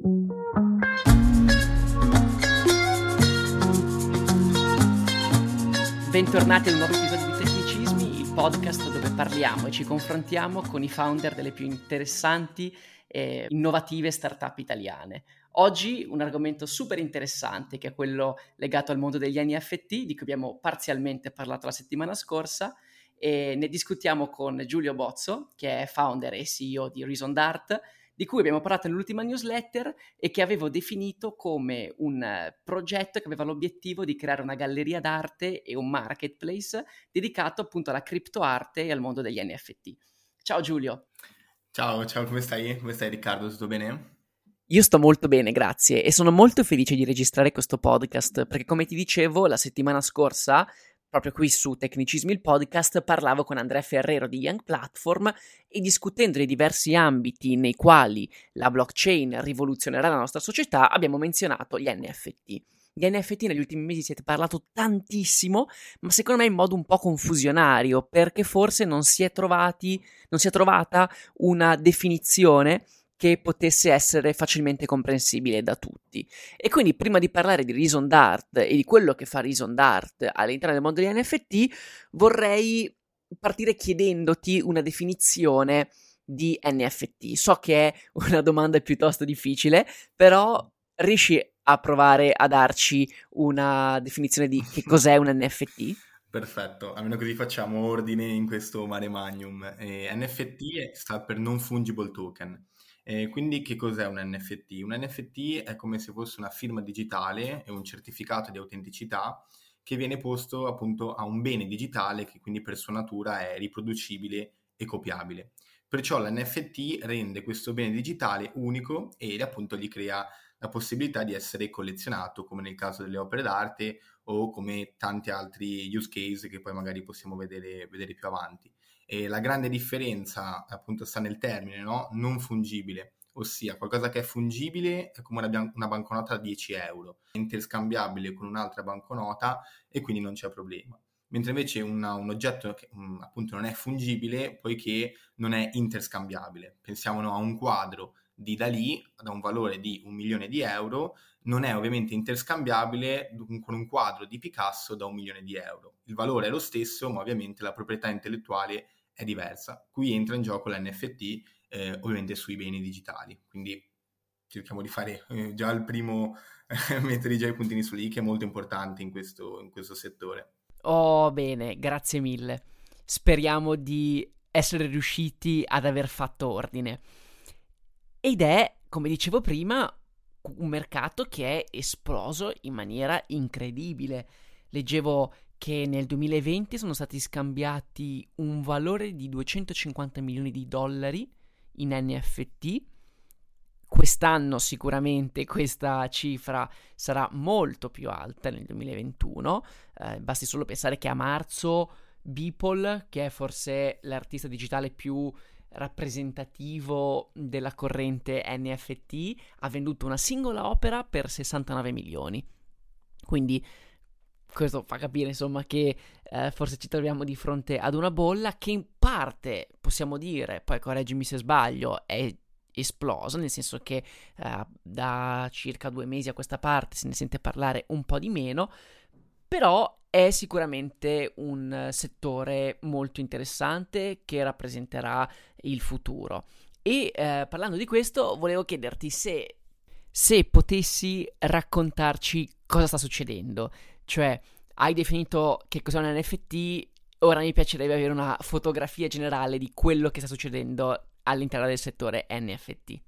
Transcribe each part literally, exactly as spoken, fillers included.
Bentornati ad un nuovo episodio di Tecnicismi, il podcast dove parliamo e ci confrontiamo con i founder delle più interessanti e innovative startup italiane. Oggi un argomento super interessante che è quello legato al mondo degli N F T, di cui abbiamo parzialmente parlato la settimana scorsa, e ne discutiamo con Giulio Bozzo, che è founder e C E O di Reason Dart, di cui abbiamo parlato nell'ultima newsletter e che avevo definito come un eh, progetto che aveva l'obiettivo di creare una galleria d'arte e un marketplace dedicato appunto alla criptoarte e al mondo degli N F T. Ciao Giulio. Ciao, ciao, come stai? Come stai Riccardo? Tutto bene? Io sto molto bene, grazie, e sono molto felice di registrare questo podcast perché, come ti dicevo, la settimana scorsa, proprio qui su Tecnicismi il podcast, parlavo con Andrea Ferrero di Young Platform e, discutendo dei diversi ambiti nei quali la blockchain rivoluzionerà la nostra società, abbiamo menzionato gli N F T. Gli N F T negli ultimi mesi siete parlato tantissimo, ma secondo me in modo un po' confusionario, perché forse non si è trovati, non si è trovata una definizione che potesse essere facilmente comprensibile da tutti. E quindi, prima di parlare di Reason Dart e di quello che fa Reason Dart all'interno del mondo degli N F T, vorrei partire chiedendoti una definizione di N F T. So che è una domanda piuttosto difficile, però riesci a provare a darci una definizione di che cos'è un N F T? Perfetto, almeno così facciamo ordine in questo mare magnum. Eh, N F T è- sta per Non Fungible Token. Eh, quindi che cos'è un N F T? Un N F T è come se fosse una firma digitale e un certificato di autenticità che viene posto appunto a un bene digitale che quindi per sua natura è riproducibile e copiabile. Perciò l'N F T rende questo bene digitale unico e appunto gli crea la possibilità di essere collezionato, come nel caso delle opere d'arte o come tanti altri use case che poi magari possiamo vedere, vedere più avanti. E la grande differenza appunto sta nel termine, no? Non fungibile, ossia qualcosa che è fungibile è come una, bian- una banconota da dieci euro, è interscambiabile con un'altra banconota e quindi non c'è problema. Mentre invece una- un oggetto che um, appunto non è fungibile poiché non è interscambiabile. Pensiamo, no, a un quadro di Dalì da un valore di un milione di euro, non è ovviamente interscambiabile con un quadro di Picasso da un milione di euro. Il valore è lo stesso, ma ovviamente la proprietà intellettuale è diversa. Qui entra in gioco l'N F T, eh, ovviamente sui beni digitali. Quindi cerchiamo di fare eh, già il primo, eh, mettere già i puntini su lì, che è molto importante in questo, in questo settore. Oh, bene, grazie mille. Speriamo di essere riusciti ad aver fatto ordine. Ed è, come dicevo prima, un mercato che è esploso in maniera incredibile. Leggevo che nel duemilaventi sono stati scambiati un valore di duecentocinquanta milioni di dollari in N F T. Quest'anno sicuramente questa cifra sarà molto più alta nel duemilaventuno. Eh, basti solo pensare che a marzo Beeple, che è forse l'artista digitale più rappresentativo della corrente N F T, ha venduto una singola opera per sessantanove milioni. Quindi questo fa capire, insomma, che eh, forse ci troviamo di fronte ad una bolla che in parte, possiamo dire, poi correggimi se sbaglio, è esplosa, nel senso che eh, da circa due mesi a questa parte se ne sente parlare un po' di meno, però è sicuramente un settore molto interessante che rappresenterà il futuro. E eh, parlando di questo, volevo chiederti se, se potessi raccontarci cosa sta succedendo. Cioè, hai definito che cos'è un N F T, ora mi piacerebbe avere una fotografia generale di quello che sta succedendo all'interno del settore N F T.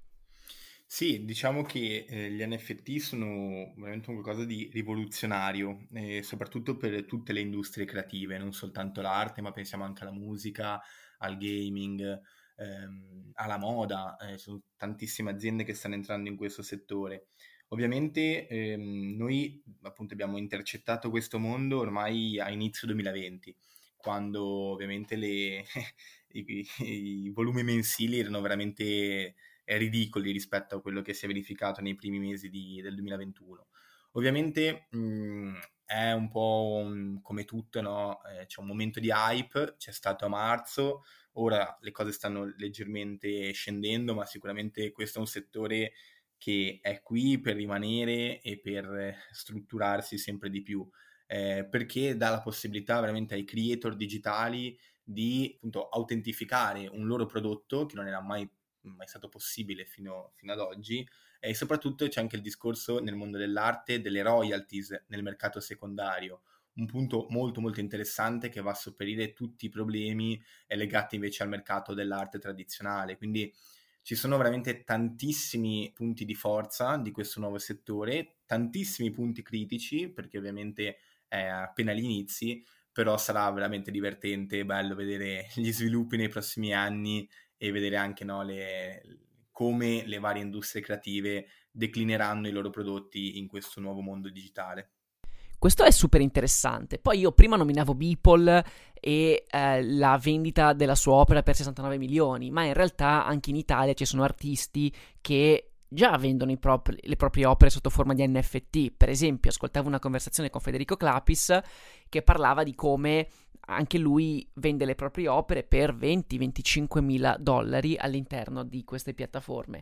Sì, diciamo che eh, gli N F T sono veramente un qualcosa di rivoluzionario, eh, soprattutto per tutte le industrie creative, non soltanto l'arte, ma pensiamo anche alla musica, al gaming, ehm, alla moda, eh, sono tantissime aziende che stanno entrando in questo settore. Ovviamente ehm, noi appunto abbiamo intercettato questo mondo ormai a inizio duemilaventi, quando ovviamente le, i, i volumi mensili erano veramente eh, ridicoli rispetto a quello che si è verificato nei primi mesi di- del duemilaventuno. Ovviamente mh, è un po' un- come tutto, no? Eh, c'è un momento di hype, c'è stato a marzo, ora le cose stanno leggermente scendendo, ma sicuramente questo è un settore che è qui per rimanere e per strutturarsi sempre di più, eh, perché dà la possibilità veramente ai creator digitali di appunto autentificare un loro prodotto che non era mai, mai stato possibile fino, fino ad oggi, e soprattutto c'è anche il discorso nel mondo dell'arte delle royalties nel mercato secondario, un punto molto molto interessante che va a sopperire tutti i problemi legati invece al mercato dell'arte tradizionale. Quindi ci sono veramente tantissimi punti di forza di questo nuovo settore, tantissimi punti critici, perché ovviamente è appena agli inizi, però sarà veramente divertente e bello vedere gli sviluppi nei prossimi anni e vedere anche, no, le, come le varie industrie creative declineranno i loro prodotti in questo nuovo mondo digitale. Questo è super interessante. Poi io prima nominavo Beeple e eh, la vendita della sua opera per sessantanove milioni, ma in realtà anche in Italia ci sono artisti che già vendono i propri, le proprie opere sotto forma di N F T. Per esempio, ascoltavo una conversazione con Federico Clapis che parlava di come anche lui vende le proprie opere per venti venticinque mila dollari all'interno di queste piattaforme.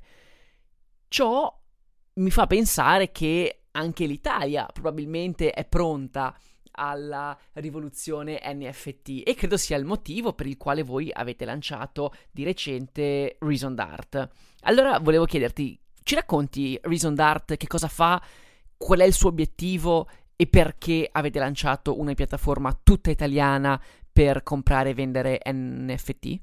Ciò mi fa pensare che anche l'Italia probabilmente è pronta alla rivoluzione N F T e credo sia il motivo per il quale voi avete lanciato di recente Reason Dart. Allora volevo chiederti, ci racconti Reason Dart che cosa fa, qual è il suo obiettivo e perché avete lanciato una piattaforma tutta italiana per comprare e vendere N F T?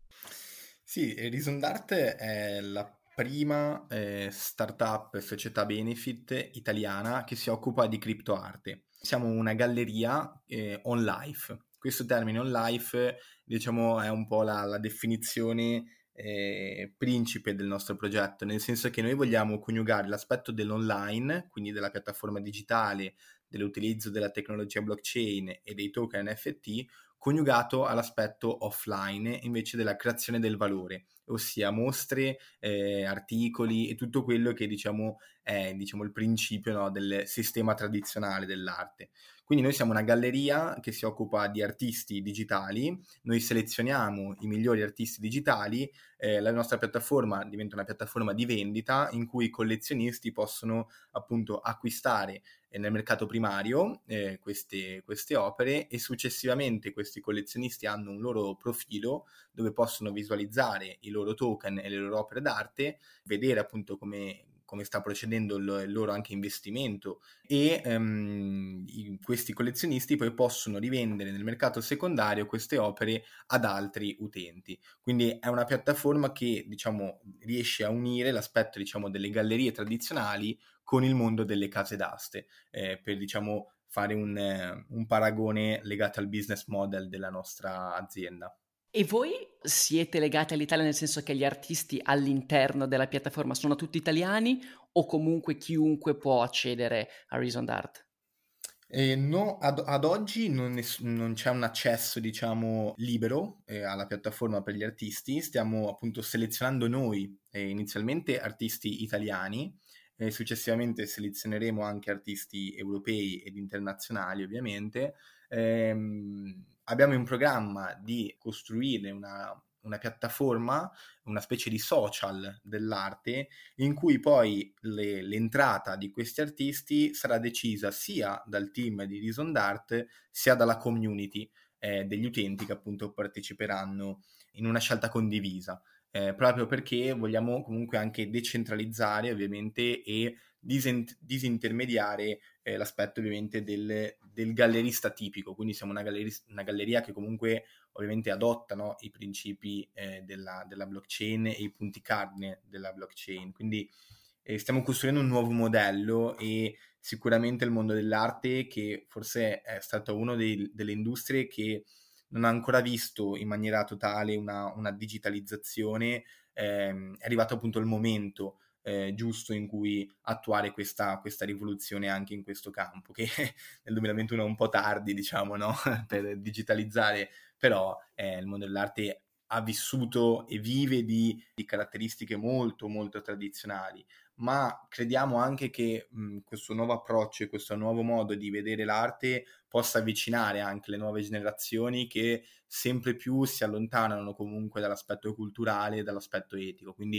Sì, Reason Dart è la prima eh, startup società benefit italiana che si occupa di criptoarte. Siamo una galleria eh, on life. Questo termine on life, diciamo, è un po' la, la definizione eh, principe del nostro progetto, nel senso che noi vogliamo coniugare l'aspetto dell'online, quindi della piattaforma digitale, dell'utilizzo della tecnologia blockchain e dei token N F T, coniugato all'aspetto offline invece della creazione del valore, ossia mostre, eh, articoli e tutto quello che diciamo è diciamo, il principio, no, del sistema tradizionale dell'arte. Quindi noi siamo una galleria che si occupa di artisti digitali, noi selezioniamo i migliori artisti digitali, eh, la nostra piattaforma diventa una piattaforma di vendita in cui i collezionisti possono appunto acquistare nel mercato primario eh, queste, queste opere, e successivamente questi collezionisti hanno un loro profilo dove possono visualizzare i loro token e le loro opere d'arte, vedere appunto come, come sta procedendo il, il loro anche investimento, e um, i, questi collezionisti poi possono rivendere nel mercato secondario queste opere ad altri utenti. Quindi è una piattaforma che diciamo riesce a unire l'aspetto diciamo delle gallerie tradizionali con il mondo delle case d'aste, eh, per diciamo fare un, eh, un paragone legato al business model della nostra azienda. E voi siete legati all'Italia nel senso che gli artisti all'interno della piattaforma sono tutti italiani o comunque chiunque può accedere a Reason Dart? Eh, no, ad, ad oggi non, è- non c'è un accesso, diciamo, libero eh, alla piattaforma per gli artisti. Stiamo appunto selezionando noi eh, inizialmente artisti italiani, e successivamente selezioneremo anche artisti europei ed internazionali, ovviamente. Ehm, abbiamo in programma di costruire una, una piattaforma, una specie di social dell'arte in cui poi le, l'entrata di questi artisti sarà decisa sia dal team di Reason Dart sia dalla community eh, degli utenti che appunto parteciperanno in una scelta condivisa. Eh, proprio perché vogliamo comunque anche decentralizzare ovviamente e disent- disintermediare eh, l'aspetto ovviamente del, del gallerista tipico, quindi siamo una, galleris- una galleria che comunque ovviamente adottano i principi eh, della, della blockchain e i punti cardine della blockchain. Quindi eh, stiamo costruendo un nuovo modello, e sicuramente il mondo dell'arte, che forse è stato una delle industrie che non ha ancora visto in maniera totale una, una digitalizzazione, ehm, è arrivato appunto il momento eh, giusto in cui attuare questa, questa rivoluzione anche in questo campo, che nel duemilaventuno è un po' tardi, diciamo, no? per digitalizzare, però eh, il mondo dell'arte ha vissuto e vive di, di caratteristiche molto molto tradizionali, ma crediamo anche che mh, questo nuovo approccio e questo nuovo modo di vedere l'arte possa avvicinare anche le nuove generazioni che sempre più si allontanano comunque dall'aspetto culturale e dall'aspetto etico. Quindi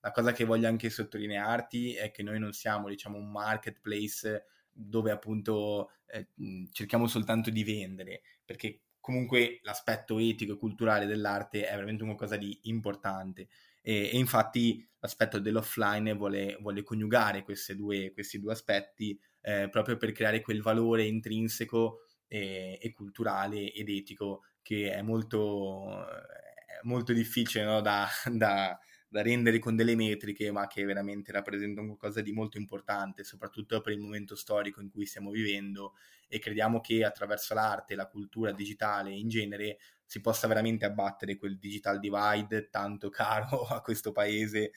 la cosa che voglio anche sottolinearti è che noi non siamo, diciamo, un marketplace dove appunto eh, cerchiamo soltanto di vendere, perché comunque l'aspetto etico e culturale dell'arte è veramente una cosa di importante e, e infatti l'aspetto dell'offline vuole, vuole coniugare queste due, questi due aspetti eh, proprio per creare quel valore intrinseco e, e culturale ed etico che è molto, è molto difficile, no, da, da, da rendere con delle metriche, ma che veramente rappresentano qualcosa di molto importante, soprattutto per il momento storico in cui stiamo vivendo, e crediamo che attraverso l'arte e la cultura digitale in genere si possa veramente abbattere quel digital divide tanto caro a questo paese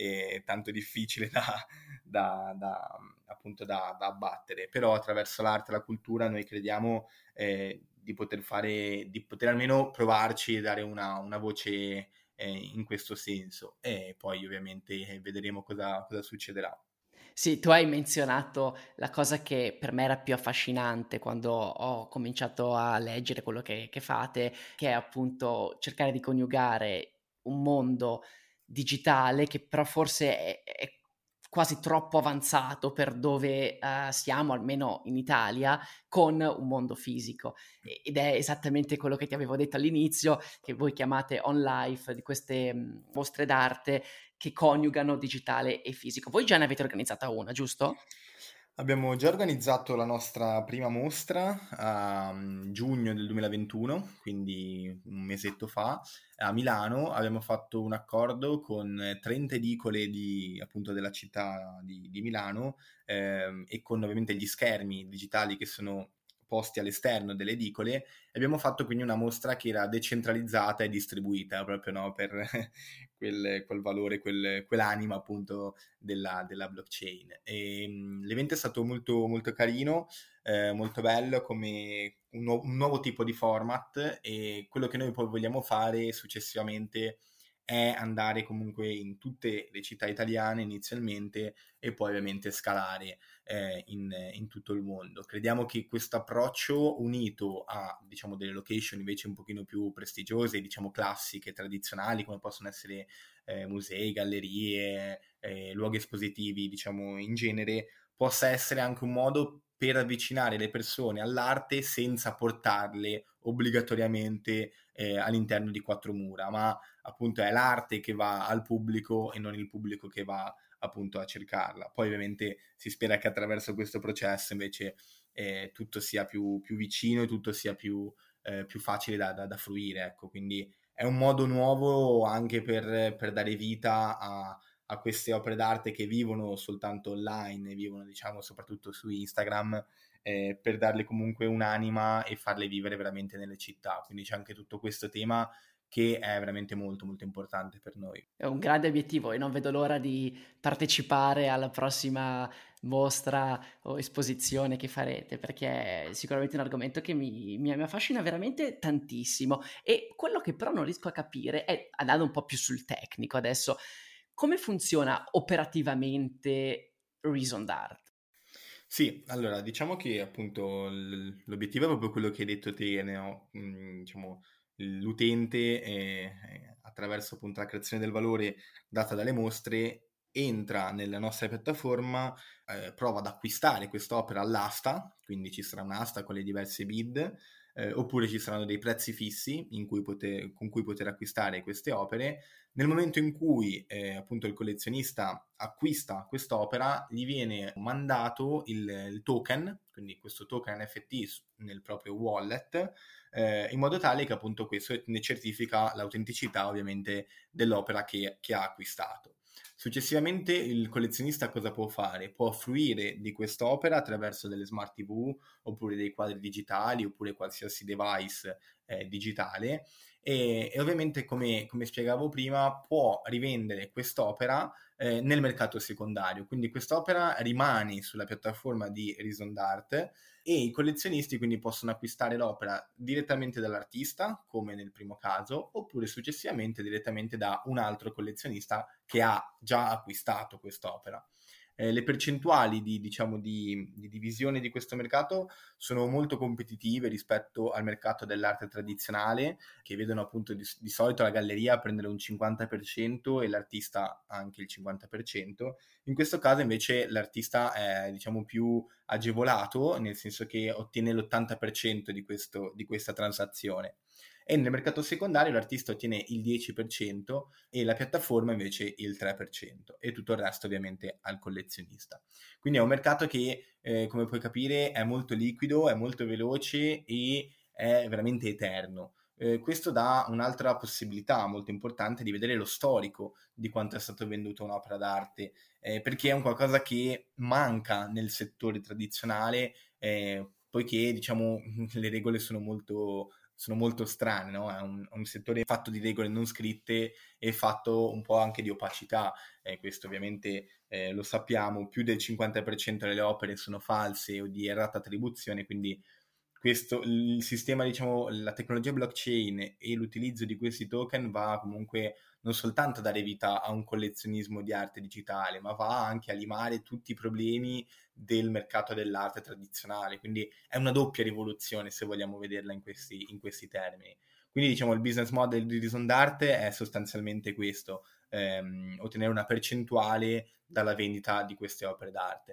e tanto difficile da, da, da, appunto da, da abbattere. Però attraverso l'arte e la cultura noi crediamo eh, di poter fare, di poter almeno provarci e dare una, una voce eh, in questo senso, e poi ovviamente vedremo cosa, cosa succederà. Sì, tu hai menzionato la cosa che per me era più affascinante quando ho cominciato a leggere quello che, che fate, che è appunto cercare di coniugare un mondo digitale che però forse è, è quasi troppo avanzato per dove uh, siamo, almeno in Italia, con un mondo fisico. Ed è esattamente quello che ti avevo detto all'inizio, che voi chiamate on life, di queste mh, mostre d'arte che coniugano digitale e fisico. Voi già ne avete organizzata una, giusto? Abbiamo già organizzato la nostra prima mostra a mm, giugno del duemilaventuno, quindi un mesetto fa, a Milano. Abbiamo fatto un accordo con trenta edicole di, appunto, della città di, di Milano ehm, e con ovviamente gli schermi digitali che sono posti all'esterno delle edicole. E abbiamo fatto quindi una mostra che era decentralizzata e distribuita, proprio, no, per quel, quel valore, quel, quell'anima appunto della, della blockchain. E, mh, l'evento è stato molto, molto carino, eh, molto bello, come un, nu- un nuovo tipo di format, e quello che noi poi vogliamo fare successivamente è andare comunque in tutte le città italiane inizialmente e poi ovviamente scalare eh, in, in tutto il mondo. Crediamo che questo approccio unito a, diciamo, delle location invece un pochino più prestigiose, diciamo classiche, tradizionali, come possono essere eh, musei, gallerie, eh, luoghi espositivi, diciamo in genere, possa essere anche un modo per avvicinare le persone all'arte senza portarle obbligatoriamente eh, all'interno di quattro mura, ma appunto è l'arte che va al pubblico e non il pubblico che va appunto a cercarla. Poi ovviamente si spera che attraverso questo processo invece eh, tutto sia più, più vicino e tutto sia più, eh, più facile da, da, da fruire, ecco. Quindi è un modo nuovo anche per, per dare vita a, a queste opere d'arte che vivono soltanto online, vivono diciamo soprattutto su Instagram, eh, per darle comunque un'anima e farle vivere veramente nelle città. Quindi c'è anche tutto questo tema che è veramente molto molto importante per noi. È un grande obiettivo e non vedo l'ora di partecipare alla prossima mostra o esposizione che farete, perché è sicuramente un argomento che mi, mi- mi affascina veramente tantissimo. E quello che però non riesco a capire è, andando un po' più sul tecnico adesso, come funziona operativamente Reason d'Art? Sì, allora diciamo che appunto l- l'obiettivo è proprio quello che hai detto te, no? Mm, diciamo, l'utente eh, eh, attraverso appunto la creazione del valore data dalle mostre entra nella nostra piattaforma, eh, prova ad acquistare quest'opera all'asta, quindi ci sarà un'asta con le diverse bid, eh, oppure ci saranno dei prezzi fissi in cui poter- con cui poter acquistare queste opere. Nel momento in cui eh, appunto il collezionista acquista quest'opera, gli viene mandato il, il token, quindi questo token N F T s- nel proprio wallet, eh, in modo tale che appunto questo ne certifica l'autenticità ovviamente dell'opera che, che ha acquistato. Successivamente il collezionista cosa può fare? Può fruire di quest'opera attraverso delle smart T V oppure dei quadri digitali oppure qualsiasi device eh, digitale, e, e ovviamente come, come spiegavo prima può rivendere quest'opera eh, nel mercato secondario, quindi quest'opera rimane sulla piattaforma di Reason d'Art e i collezionisti quindi possono acquistare l'opera direttamente dall'artista, come nel primo caso, oppure successivamente direttamente da un altro collezionista che ha già acquistato quest'opera. Eh, le percentuali di, diciamo, di, di divisione di questo mercato sono molto competitive rispetto al mercato dell'arte tradizionale, che vedono appunto di, di solito la galleria prendere un cinquanta per cento e l'artista anche il cinquanta per cento. In questo caso invece l'artista è, diciamo, più agevolato, nel senso che ottiene l'ottanta per cento di, questo, di questa transazione. E nel mercato secondario l'artista ottiene il dieci per cento e la piattaforma invece il tre per cento, e tutto il resto ovviamente al collezionista. Quindi è un mercato che, eh, come puoi capire, è molto liquido, è molto veloce e è veramente eterno. Eh, questo dà un'altra possibilità molto importante di vedere lo storico di quanto è stato venduto un'opera d'arte, eh, perché è un qualcosa che manca nel settore tradizionale, eh, poiché diciamo le regole sono molto, sono molto strane, no? È un, un settore fatto di regole non scritte e fatto un po' anche di opacità, e questo ovviamente eh, lo sappiamo, più del cinquanta per cento delle opere sono false o di errata attribuzione, quindi questo, il sistema, diciamo, la tecnologia blockchain e l'utilizzo di questi token va comunque non soltanto a dare vita a un collezionismo di arte digitale, ma va anche a limare tutti i problemi del mercato dell'arte tradizionale. Quindi è una doppia rivoluzione, se vogliamo vederla in questi, in questi termini. Quindi diciamo il business model di Reason d'Arte è sostanzialmente questo, ehm, ottenere una percentuale dalla vendita di queste opere d'arte.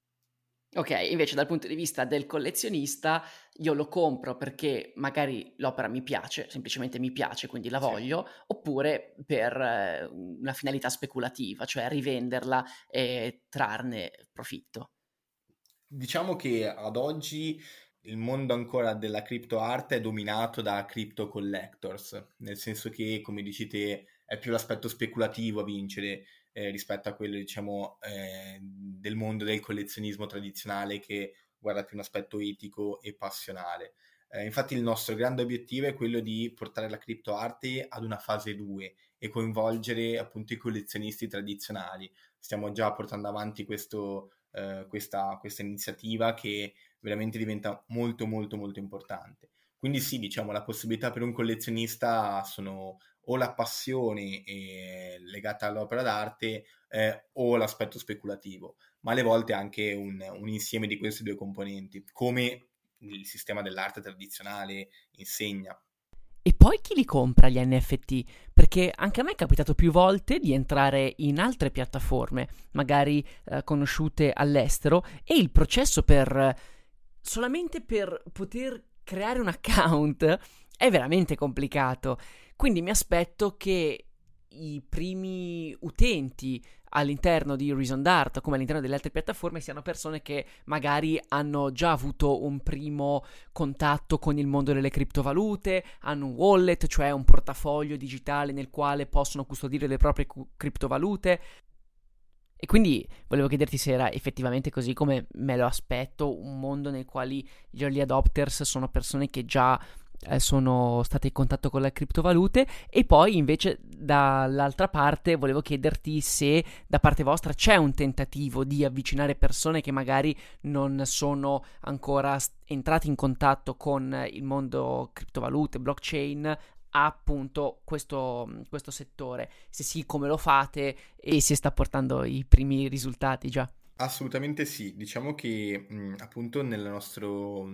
Ok, invece dal punto di vista del collezionista, io lo compro perché magari l'opera mi piace, semplicemente mi piace, quindi la Sì. voglio, oppure per eh, una finalità speculativa, cioè rivenderla e trarne profitto. Diciamo che ad oggi il mondo ancora della crypto arte è dominato da crypto collectors, nel senso che, come dici te, è più l'aspetto speculativo a vincere eh, rispetto a quello, diciamo, eh, del mondo del collezionismo tradizionale, che guarda più un aspetto etico e passionale. Eh, infatti il nostro grande obiettivo è quello di portare la crypto arte ad una fase due e coinvolgere appunto i collezionisti tradizionali. Stiamo già portando avanti questo eh, questa, questa iniziativa, che veramente diventa molto molto molto importante. Quindi sì, diciamo, la possibilità per un collezionista sono o la passione eh, legata all'opera d'arte eh, o l'aspetto speculativo, ma alle volte anche un, un insieme di queste due componenti, come il sistema dell'arte tradizionale insegna. E poi chi li compra gli N F T? Perché anche a me è capitato più volte di entrare in altre piattaforme, magari eh, conosciute all'estero, e il processo per solamente per poter creare un account è veramente complicato. Quindi mi aspetto che i primi utenti all'interno di Reason Dart, come all'interno delle altre piattaforme, siano persone che magari hanno già avuto un primo contatto con il mondo delle criptovalute, hanno un wallet, cioè un portafoglio digitale nel quale possono custodire le proprie cu- criptovalute. E quindi volevo chiederti se era effettivamente così come me lo aspetto, un mondo nel quale gli early adopters sono persone che già eh, sono state in contatto con le criptovalute. E poi invece dall'altra parte volevo chiederti se da parte vostra c'è un tentativo di avvicinare persone che magari non sono ancora st- entrate in contatto con il mondo criptovalute, blockchain, a appunto questo, questo settore. Se sì, come lo fate e se sta portando i primi risultati già. Assolutamente sì, diciamo che mh, appunto nella nostra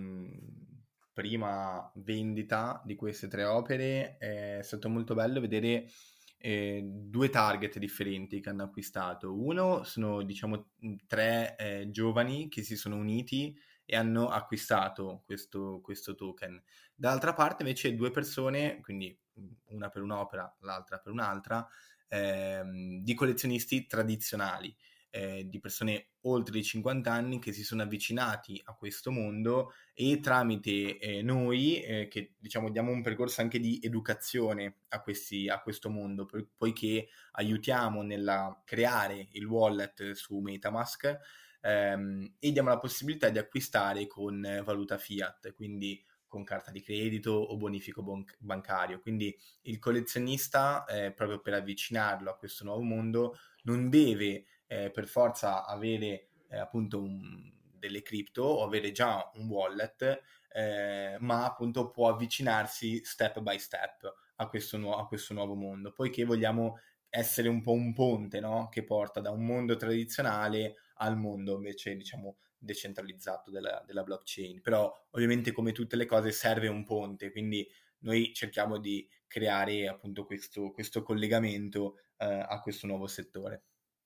prima vendita di queste tre opere è stato molto bello vedere eh, due target differenti che hanno acquistato. Uno sono, diciamo, mh, tre eh, giovani che si sono uniti e hanno acquistato questo, questo token. Dall'altra parte invece due persone, quindi mh, una per un'opera, l'altra per un'altra, ehm, di collezionisti tradizionali, eh, di persone oltre i cinquanta anni che si sono avvicinati a questo mondo, e tramite eh, noi, eh, che diciamo diamo un percorso anche di educazione a, questi, a questo mondo, po- poiché aiutiamo nella creare il wallet su MetaMask, ehm, e diamo la possibilità di acquistare con eh, valuta fiat, quindi con carta di credito o bonifico bon- bancario. Quindi il collezionista, eh, proprio per avvicinarlo a questo nuovo mondo, non deve eh, per forza avere eh, appunto un, delle cripto o avere già un wallet, eh, ma appunto può avvicinarsi step by step a questo, nu- a questo nuovo mondo, poiché vogliamo essere un po' un ponte, no? Che porta da un mondo tradizionale al mondo invece, diciamo, decentralizzato della, della blockchain. Però ovviamente come tutte le cose serve un ponte, quindi noi cerchiamo di creare appunto questo, questo collegamento eh, a questo nuovo settore.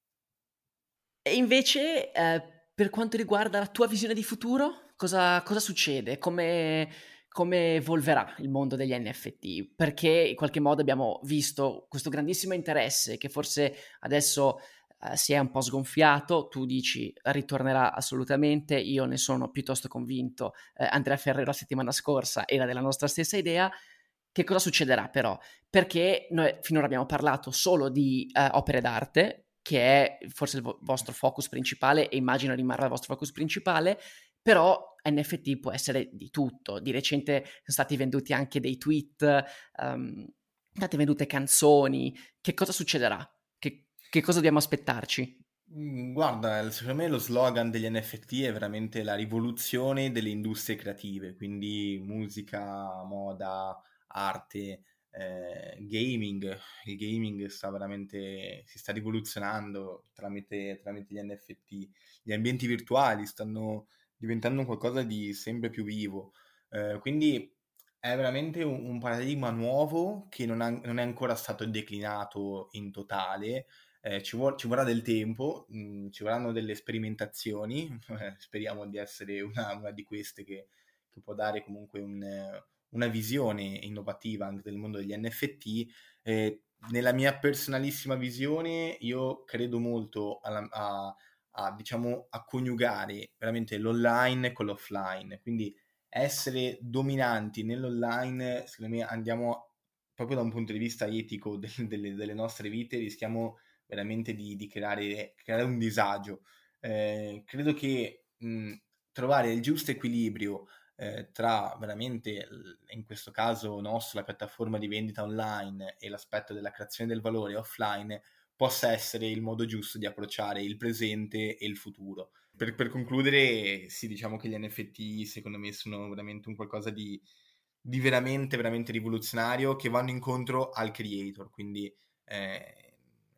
E invece, eh, per quanto riguarda la tua visione di futuro, cosa, cosa succede? Come, come evolverà il mondo degli N F T? Perché in qualche modo abbiamo visto questo grandissimo interesse che forse adesso eh, si è un po' sgonfiato, tu dici ritornerà assolutamente, io ne sono piuttosto convinto, eh, Andrea Ferrero la settimana scorsa era della nostra stessa idea. Che cosa succederà però? Perché noi finora abbiamo parlato solo di eh, opere d'arte, che è forse il vo- vostro focus principale e immagino rimarrà il vostro focus principale, però N F T può essere di tutto. Di recente sono stati venduti anche dei tweet, um, sono state vendute canzoni. Che cosa succederà? Che, che cosa dobbiamo aspettarci? Mm, Guarda, secondo me lo slogan degli N F T è veramente la rivoluzione delle industrie creative, quindi musica, moda, arte, eh, gaming. Il gaming sta veramente, si sta rivoluzionando tramite, tramite gli N F T. Gli ambienti virtuali stanno diventando qualcosa di sempre più vivo. Eh, quindi è veramente un, un paradigma nuovo che non, ha- non è ancora stato declinato in totale. Eh, ci, vuol- ci vorrà del tempo, mh, ci vorranno delle sperimentazioni, eh, speriamo di essere una, una di queste che, che può dare comunque un, eh, una visione innovativa anche del mondo degli N F T. Eh, nella mia personalissima visione, io credo molto alla- a, a, diciamo, a coniugare veramente l'online con l'offline, quindi essere dominanti nell'online, secondo me andiamo proprio da un punto di vista etico del- delle, delle nostre vite, rischiamo veramente di, di creare, creare un disagio. Eh, credo che mh, trovare il giusto equilibrio eh, tra veramente, l- in questo caso nostro, la piattaforma di vendita online e l'aspetto della creazione del valore offline possa essere il modo giusto di approcciare il presente e il futuro. Per, per concludere, sì, diciamo che gli N F T secondo me sono veramente un qualcosa di, di veramente, veramente rivoluzionario che vanno incontro al creator, quindi eh,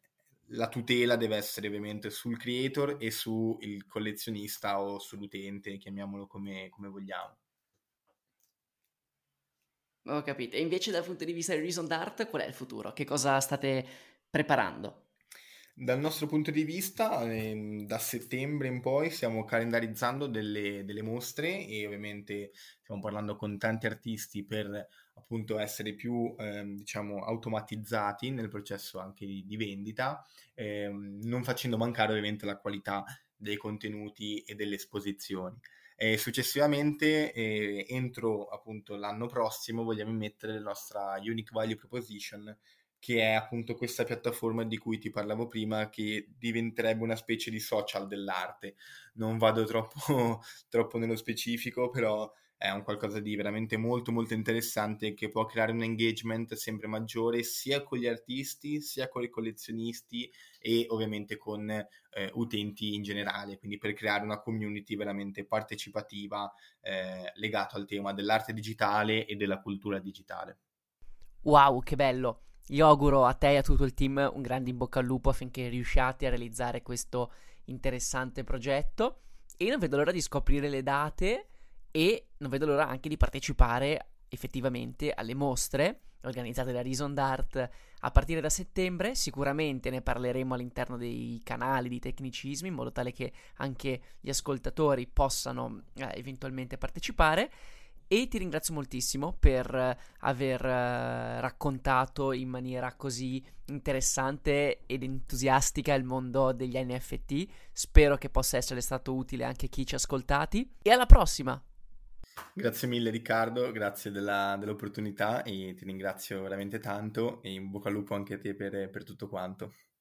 la tutela deve essere ovviamente sul creator e sul collezionista o sull'utente, chiamiamolo come, come vogliamo. Ho capito. E invece dal punto di vista di Reason Dart, qual è il futuro? Che cosa state preparando? Dal nostro punto di vista, ehm, da settembre in poi stiamo calendarizzando delle, delle mostre e ovviamente stiamo parlando con tanti artisti per appunto essere più, ehm, diciamo, automatizzati nel processo anche di, di vendita, ehm, non facendo mancare ovviamente la qualità dei contenuti e delle esposizioni. E successivamente, eh, entro appunto l'anno prossimo, vogliamo immettere la nostra Unique Value Proposition, che è appunto questa piattaforma di cui ti parlavo prima, che diventerebbe una specie di social dell'arte. Non vado troppo, troppo nello specifico, però è un qualcosa di veramente molto molto interessante che può creare un engagement sempre maggiore sia con gli artisti, sia con i collezionisti e ovviamente con eh, utenti in generale, quindi per creare una community veramente partecipativa eh, legato al tema dell'arte digitale e della cultura digitale. Wow, che bello! Io auguro a te e a tutto il team un grande in bocca al lupo affinché riusciate a realizzare questo interessante progetto e non vedo l'ora di scoprire le date e non vedo l'ora anche di partecipare effettivamente alle mostre organizzate da Reason Dart a partire da settembre. Sicuramente ne parleremo all'interno dei canali di Tecnicismi in modo tale che anche gli ascoltatori possano eh, eventualmente partecipare. E ti ringrazio moltissimo per eh, aver eh, raccontato in maniera così interessante ed entusiastica il mondo degli N F T. Spero che possa essere stato utile anche a chi ci ha ascoltati. E alla prossima! Grazie mille Riccardo, grazie della- dell'opportunità e ti ringrazio veramente tanto e in bocca al lupo anche a te per per tutto quanto.